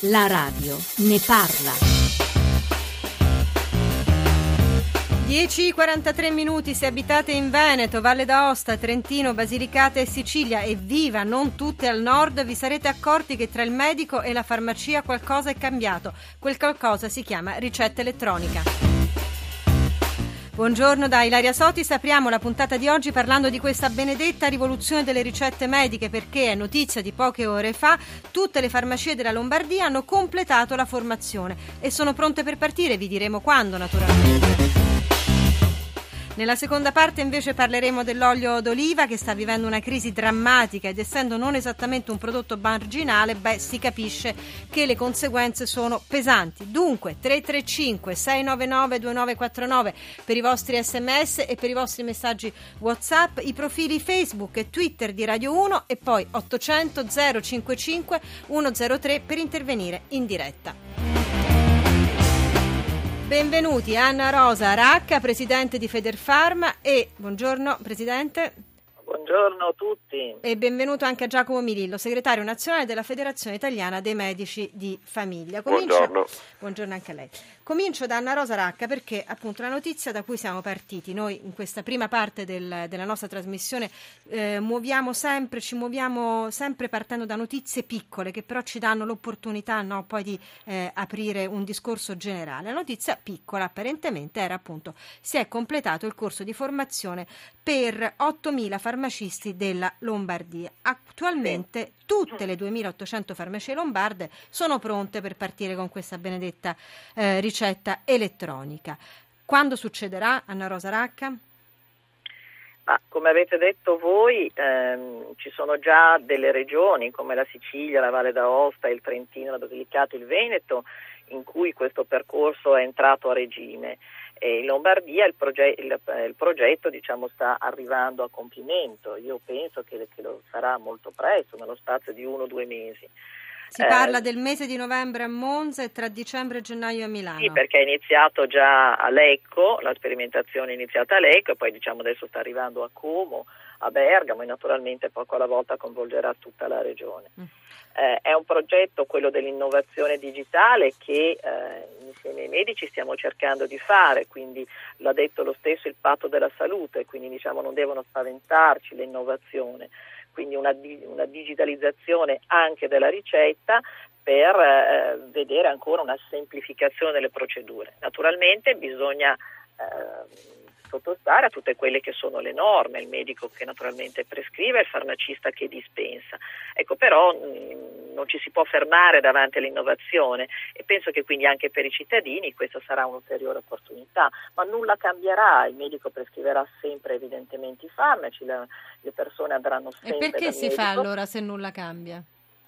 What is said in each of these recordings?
La radio ne parla. 10:43 se abitate in Veneto, Valle d'Aosta, Trentino, Basilicata e Sicilia, e viva non tutte al nord, vi sarete accorti che tra il medico e la farmacia qualcosa è cambiato. Quel qualcosa si chiama ricetta elettronica. Buongiorno da Ilaria Sotis, apriamo la puntata di oggi parlando di questa benedetta rivoluzione delle ricette mediche, perché è notizia di poche ore fa, tutte le farmacie della Lombardia hanno completato la formazione e sono pronte per partire, vi diremo quando naturalmente. Nella seconda parte invece parleremo dell'olio d'oliva che sta vivendo una crisi drammatica ed essendo non esattamente un prodotto marginale, si capisce che le conseguenze sono pesanti. Dunque 335 699 2949 per i vostri sms e per i vostri messaggi WhatsApp, i profili Facebook e Twitter di Radio 1 e poi 800 055 103 per intervenire in diretta. Benvenuti Anna Rosa Racca, presidente di Federfarma, e buongiorno Presidente. Buongiorno a tutti. E benvenuto anche a Giacomo Milillo, segretario nazionale della Federazione Italiana dei Medici di Famiglia. Buongiorno. Buongiorno anche a lei. Comincio da Anna Rosa Racca perché appunto la notizia da cui siamo partiti noi in questa prima parte della nostra trasmissione ci muoviamo sempre partendo da notizie piccole che però ci danno l'opportunità poi di aprire un discorso generale. La notizia piccola apparentemente era appunto si è completato il corso di formazione per 8.000 farmacisti della Lombardia. Attualmente tutte le 2.800 farmacie lombarde sono pronte per partire con questa benedetta ricetta elettronica. Quando succederà, Anna Rosa Racca? Come avete detto voi, ci sono già delle regioni come la Sicilia, la Valle d'Aosta, il Trentino, la Basilicata, il Veneto, in cui questo percorso è entrato a regime. E in Lombardia il progetto sta arrivando a compimento. Io penso che lo sarà molto presto, nello spazio di 1 o 2 mesi. Si parla del mese di novembre a Monza e tra dicembre e gennaio a Milano. Sì, perché è iniziato già a Lecco, la sperimentazione è iniziata a Lecco e poi adesso sta arrivando a Como, a Bergamo e naturalmente poco alla volta coinvolgerà tutta la regione. È un progetto, quello dell'innovazione digitale, che insieme ai medici stiamo cercando di fare, quindi l'ha detto lo stesso il patto della salute, quindi non devono spaventarci l'innovazione. Quindi una digitalizzazione anche della ricetta per vedere ancora una semplificazione delle procedure. Naturalmente bisogna sottostare a tutte quelle che sono le norme, il medico che naturalmente prescrive, il farmacista che dispensa. Però non ci si può fermare davanti all'innovazione e penso che quindi anche per i cittadini questa sarà un'ulteriore opportunità, ma nulla cambierà, il medico prescriverà sempre evidentemente i farmaci, le persone andranno sempre dal medico. E perché si fa allora se nulla cambia?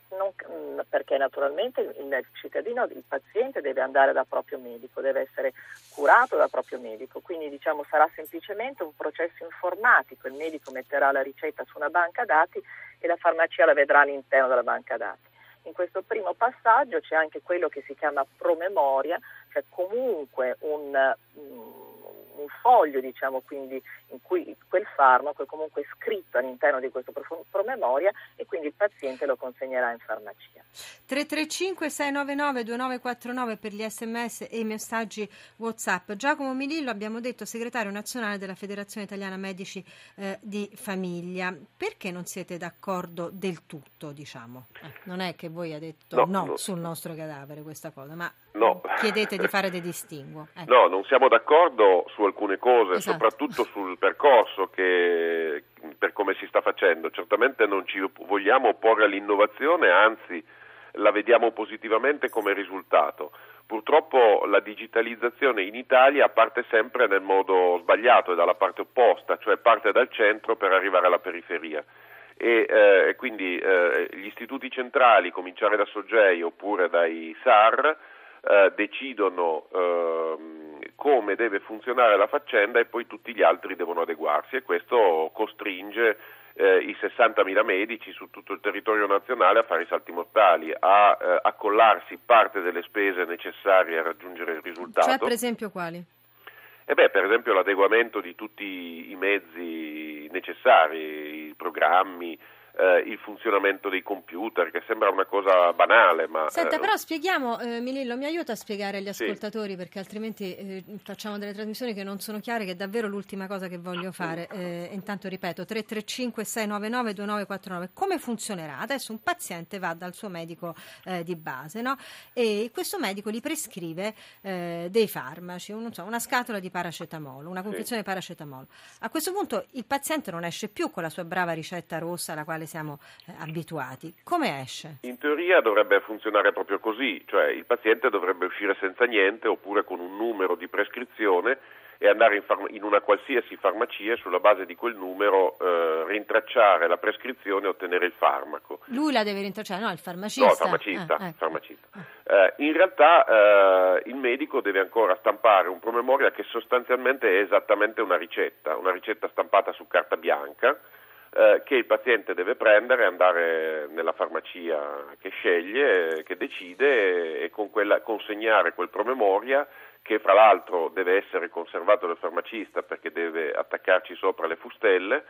Perché naturalmente il cittadino, il paziente deve andare dal proprio medico, deve essere curato dal proprio medico, quindi sarà semplicemente un processo informatico, il medico metterà la ricetta su una banca dati e la farmacia la vedrà all'interno della banca dati. In questo primo passaggio c'è anche quello che si chiama promemoria, cioè comunque un foglio, quindi in cui quel farmaco è comunque scritto all'interno di questo promemoria e quindi il paziente lo consegnerà in farmacia. 335 699 2949 per gli sms e i messaggi WhatsApp. Giacomo Milillo, abbiamo detto, segretario nazionale della Federazione Italiana Medici di Famiglia. Perché non siete d'accordo del tutto, Non è che voi avete detto no sul nostro cadavere questa cosa, ma chiedete di fare dei distinguo. No, non siamo d'accordo su alcune cose, soprattutto sul percorso per come si sta facendo. Certamente non ci vogliamo opporre all'innovazione, anzi la vediamo positivamente come risultato. Purtroppo la digitalizzazione in Italia parte sempre nel modo sbagliato e dalla parte opposta, cioè parte dal centro per arrivare alla periferia. E quindi gli istituti centrali, cominciare da Soggei oppure dai SAR, decidono come deve funzionare la faccenda e poi tutti gli altri devono adeguarsi e questo costringe i 60.000 medici su tutto il territorio nazionale a fare i salti mortali, a accollarsi parte delle spese necessarie a raggiungere il risultato. Cioè, per esempio, quali? Per esempio l'adeguamento di tutti i mezzi necessari, i programmi, il funzionamento dei computer, che sembra una cosa banale, ma... Senta, però spieghiamo, Milillo, mi aiuta a spiegare agli ascoltatori, perché altrimenti facciamo delle trasmissioni che non sono chiare, che è davvero l'ultima cosa che voglio fare. Intanto ripeto, 335-699-2949. Come funzionerà? Adesso un paziente va dal suo medico di base, no? E questo medico gli prescrive dei farmaci, una scatola di paracetamolo, una confezione di paracetamolo. A questo punto il paziente non esce più con la sua brava ricetta rossa alla quale siamo abituati. Come esce? In teoria dovrebbe funzionare proprio così, cioè il paziente dovrebbe uscire senza niente oppure con un numero di prescrizione e andare in una qualsiasi farmacia e sulla base di quel numero rintracciare la prescrizione e ottenere il farmaco. Lui la deve rintracciare, no? Il farmacista? No, il farmacista. In realtà il medico deve ancora stampare un promemoria che sostanzialmente è esattamente una ricetta stampata su carta bianca, che il paziente deve prendere, andare nella farmacia che sceglie, che decide, e con quella consegnare quel promemoria, che fra l'altro deve essere conservato dal farmacista perché deve attaccarci sopra le fustelle,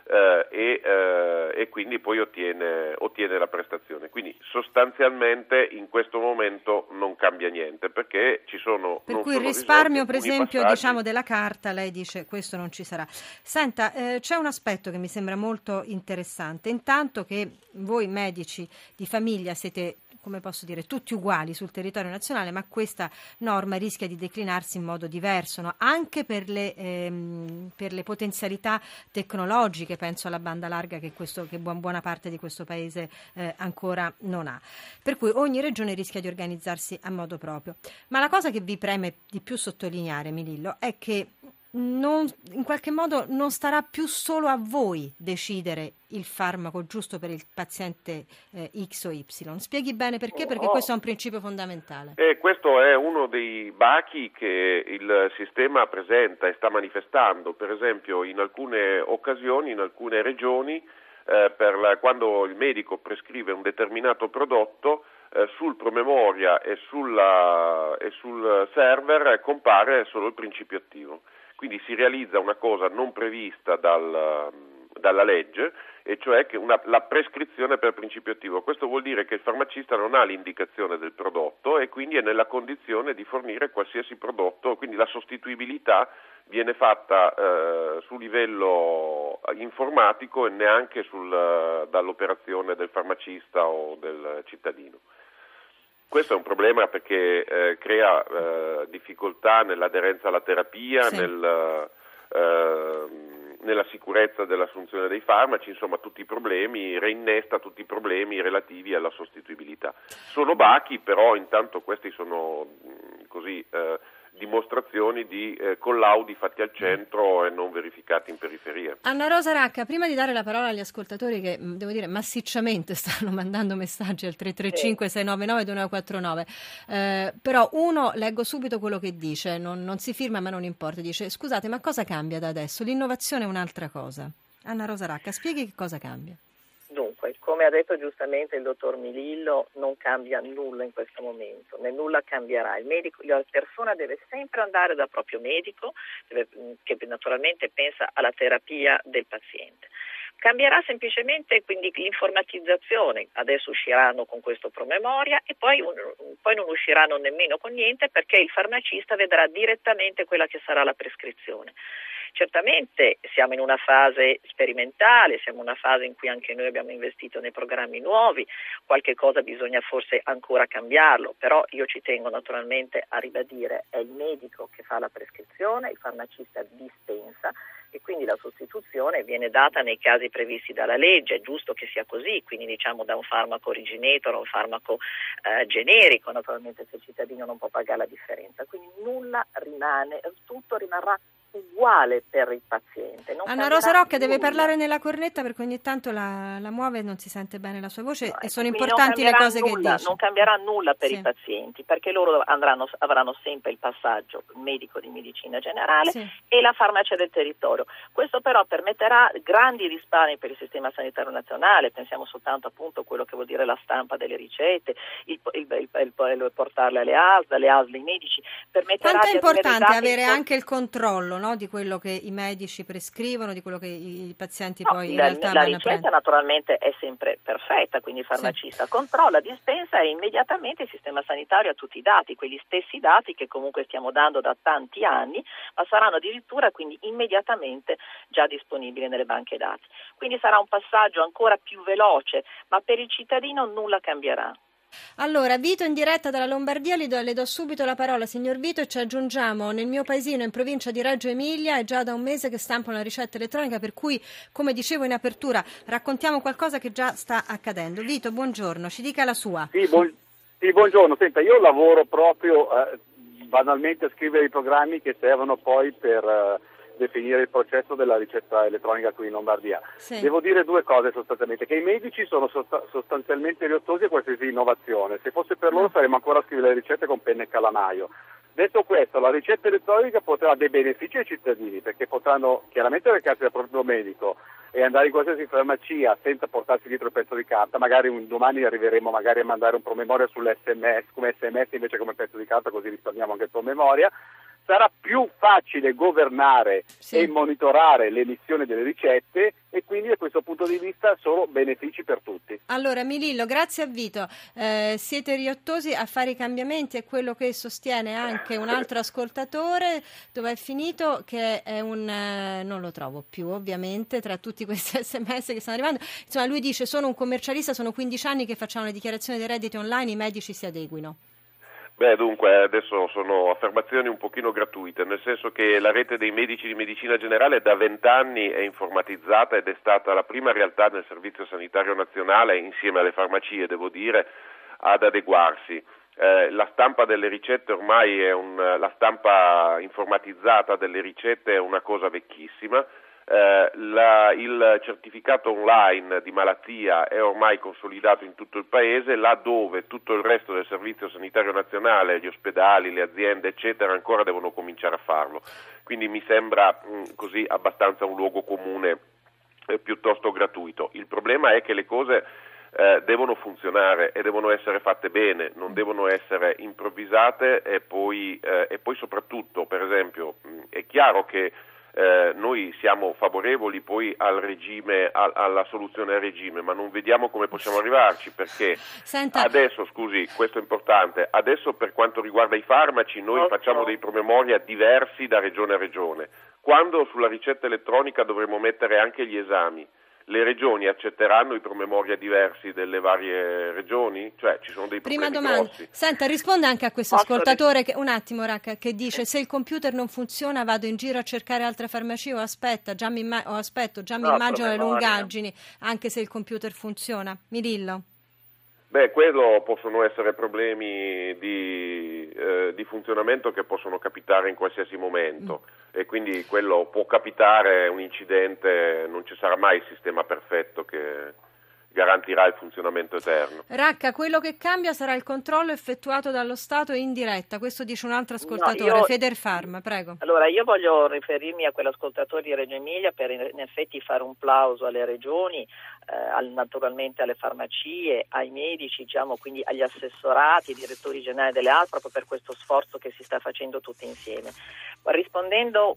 e quindi poi ottiene la prestazione. Quindi sostanzialmente in questo momento non cambia niente, perché ci sono... Per cui il risparmio, per esempio, della carta, lei dice questo non ci sarà. Senta, c'è un aspetto che mi sembra molto interessante. Intanto che voi medici di famiglia siete, come posso dire, tutti uguali sul territorio nazionale, ma questa norma rischia di declinarsi in modo diverso, no? Anche per le potenzialità tecnologiche, penso alla banda larga che buona parte di questo paese ancora non ha. Per cui ogni regione rischia di organizzarsi a modo proprio. Ma la cosa che vi preme di più sottolineare, Milillo, è che in qualche modo non starà più solo a voi decidere il farmaco giusto per il paziente X o Y. Spieghi bene perché? Perché questo è un principio fondamentale. Questo è uno dei bachi che il sistema presenta e sta manifestando. Per esempio, in alcune occasioni, in alcune regioni, quando il medico prescrive un determinato prodotto, sul promemoria e sul server compare solo il principio attivo. Quindi si realizza una cosa non prevista dalla legge, e cioè che la prescrizione per principio attivo. Questo vuol dire che il farmacista non ha l'indicazione del prodotto e quindi è nella condizione di fornire qualsiasi prodotto, quindi la sostituibilità viene fatta su livello informatico e neanche dall'operazione del farmacista o del cittadino. Questo è un problema perché crea difficoltà nell'aderenza alla terapia, sì, nella sicurezza dell'assunzione dei farmaci, insomma reinnesta tutti i problemi relativi alla sostituibilità. Sono bachi, però intanto questi sono così dimostrazioni di collaudi fatti al centro e non verificati in periferia. Anna Rosa Racca, prima di dare la parola agli ascoltatori che, devo dire, massicciamente stanno mandando messaggi al 335-699-2949, però leggo subito quello che dice, non si firma ma non importa, dice: scusate, ma cosa cambia da adesso? L'innovazione è un'altra cosa. Anna Rosa Racca, spieghi che cosa cambia. Dunque, come ha detto giustamente il dottor Milillo, non cambia nulla in questo momento, né nulla cambierà. La persona deve sempre andare dal proprio medico, che naturalmente pensa alla terapia del paziente. Cambierà semplicemente quindi l'informatizzazione, adesso usciranno con questo promemoria e poi non usciranno nemmeno con niente, perché il farmacista vedrà direttamente quella che sarà la prescrizione. Certamente siamo in una fase sperimentale, siamo in una fase in cui anche noi abbiamo investito nei programmi nuovi, qualche cosa bisogna forse ancora cambiarlo, però io ci tengo naturalmente a ribadire: è il medico che fa la prescrizione, il farmacista dispensa e quindi la sostituzione viene data nei casi previsti dalla legge. È giusto che sia così, quindi diciamo da un farmaco originator a un farmaco generico, naturalmente se il cittadino non può pagare la differenza, quindi nulla rimane, tutto rimarrà uguale per il paziente. Anna Rosa Rocca deve parlare nella cornetta perché ogni tanto la muove e non si sente bene la sua voce, e sono importanti le cose che dice. Non cambierà nulla per i pazienti, perché loro avranno sempre il passaggio medico di medicina generale e la farmacia del territorio. Questo però permetterà grandi risparmi per il sistema sanitario nazionale. Pensiamo soltanto appunto a quello che vuol dire la stampa delle ricette, il portarle alle ASL ai medici. Quanto è importante avere anche il controllo, no? Di quello che i medici prescrivono, di quello che i pazienti poi in realtà la vanno a ricetta prendere. Naturalmente è sempre perfetta, quindi il farmacista controlla, dispensa e immediatamente il sistema sanitario ha tutti i dati, quegli stessi dati che comunque stiamo dando da tanti anni, ma saranno addirittura quindi immediatamente già disponibili nelle banche dati. Quindi sarà un passaggio ancora più veloce, ma per il cittadino nulla cambierà. Allora, Vito in diretta dalla Lombardia, le do subito la parola, signor Vito, e ci aggiungiamo: nel mio paesino in provincia di Reggio Emilia è già da un mese che stampano la ricetta elettronica, per cui, come dicevo in apertura, raccontiamo qualcosa che già sta accadendo. Vito, buongiorno, ci dica la sua. Sì, buongiorno. Senta, io lavoro proprio banalmente a scrivere i programmi che servono poi per definire il processo della ricetta elettronica qui in Lombardia. Sì. Devo dire due cose sostanzialmente, che i medici sono sostanzialmente riottosi a qualsiasi innovazione. Se fosse per loro saremmo ancora a scrivere le ricette con penna e calamaio. Detto questo, la ricetta elettronica potrà dei benefici ai cittadini, perché potranno chiaramente recarsi dal proprio medico e andare in qualsiasi farmacia senza portarsi dietro il pezzo di carta. Magari un domani arriveremo magari a mandare un promemoria sull'SMS come SMS invece come pezzo di carta, così risparmiamo anche il promemoria. Sarà più facile governare e monitorare l'emissione delle ricette e quindi da questo punto di vista sono benefici per tutti. Allora Milillo, grazie a Vito, siete riottosi a fare i cambiamenti, è quello che sostiene anche un altro ascoltatore. Dove è finito? Che è non lo trovo più ovviamente tra tutti questi SMS che stanno arrivando. Insomma, lui dice: sono un commercialista, sono 15 anni che facciamo le dichiarazioni dei redditi online, i medici si adeguino. Beh, dunque, adesso sono affermazioni un pochino gratuite, nel senso che la rete dei medici di medicina generale da 20 anni è informatizzata ed è stata la prima realtà nel Servizio Sanitario Nazionale, insieme alle farmacie, devo dire, ad adeguarsi. La stampa delle ricette ormai la stampa informatizzata delle ricette è una cosa vecchissima. Il certificato online di malattia è ormai consolidato in tutto il paese, laddove tutto il resto del Servizio Sanitario Nazionale, gli ospedali, le aziende eccetera ancora devono cominciare a farlo. Quindi mi sembra così abbastanza un luogo comune piuttosto gratuito. Il problema è che le cose devono funzionare e devono essere fatte bene, non devono essere improvvisate e poi soprattutto, per esempio, è chiaro che noi siamo favorevoli poi al regime, alla soluzione a regime, ma non vediamo come possiamo arrivarci, perché adesso, scusi, questo è importante, adesso per quanto riguarda i farmaci noi facciamo dei promemoria diversi da regione a regione. Quando sulla ricetta elettronica dovremo mettere anche gli esami, le regioni accetteranno i promemoria diversi delle varie regioni? Cioè ci sono dei problemi Prima domanda. grossi. Senta, risponda anche a questo ascoltatore un attimo, Racca, che dice: se il computer non funziona vado in giro a cercare altre farmacie o già mi immagino le lungaggini anche se il computer funziona. Milillo. Beh, quello possono essere problemi di funzionamento che possono capitare in qualsiasi momento e quindi quello può capitare, un incidente, non ci sarà mai il sistema perfetto che garantirà il funzionamento eterno. Racca, quello che cambia sarà il controllo effettuato dallo Stato in diretta, questo dice un altro ascoltatore, Federfarm, prego. Allora io voglio riferirmi a quell'ascoltatore di Reggio Emilia per in effetti fare un plauso alle regioni, naturalmente alle farmacie, ai medici, diciamo, quindi agli assessorati, ai direttori generali delle ASL, proprio per questo sforzo che si sta facendo tutti insieme. Rispondendo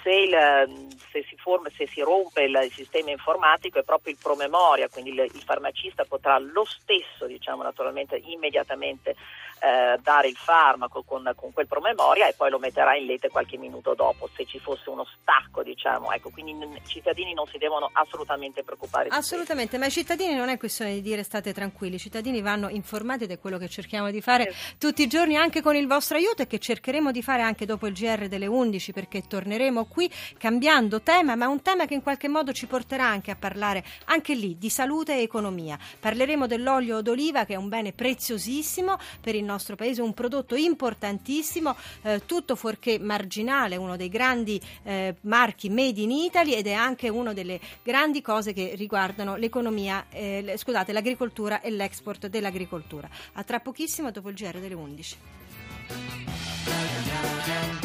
se si rompe il sistema informatico è proprio il promemoria, quindi il farmacista potrà lo stesso, diciamo, naturalmente immediatamente dare il farmaco con quel promemoria e poi lo metterà in rete qualche minuto dopo se ci fosse uno stacco, diciamo, ecco, quindi i cittadini non si devono assolutamente preoccupare. Assolutamente, ma i cittadini non è questione di dire state tranquilli, i cittadini vanno informati ed è quello che cerchiamo di fare tutti i giorni anche con il vostro aiuto e che cercheremo di fare anche dopo il GR delle 11, perché torneremo qui cambiando tema, ma un tema che in qualche modo ci porterà anche a parlare anche lì di salute e economia. Parleremo dell'olio d'oliva, che è un bene preziosissimo per il nostro paese, un prodotto importantissimo, tutto fuorché marginale, uno dei grandi marchi made in Italy, ed è anche una delle grandi cose che riguardano l'economia, l'agricoltura e l'export dell'agricoltura. A tra pochissimo dopo il GR delle 11.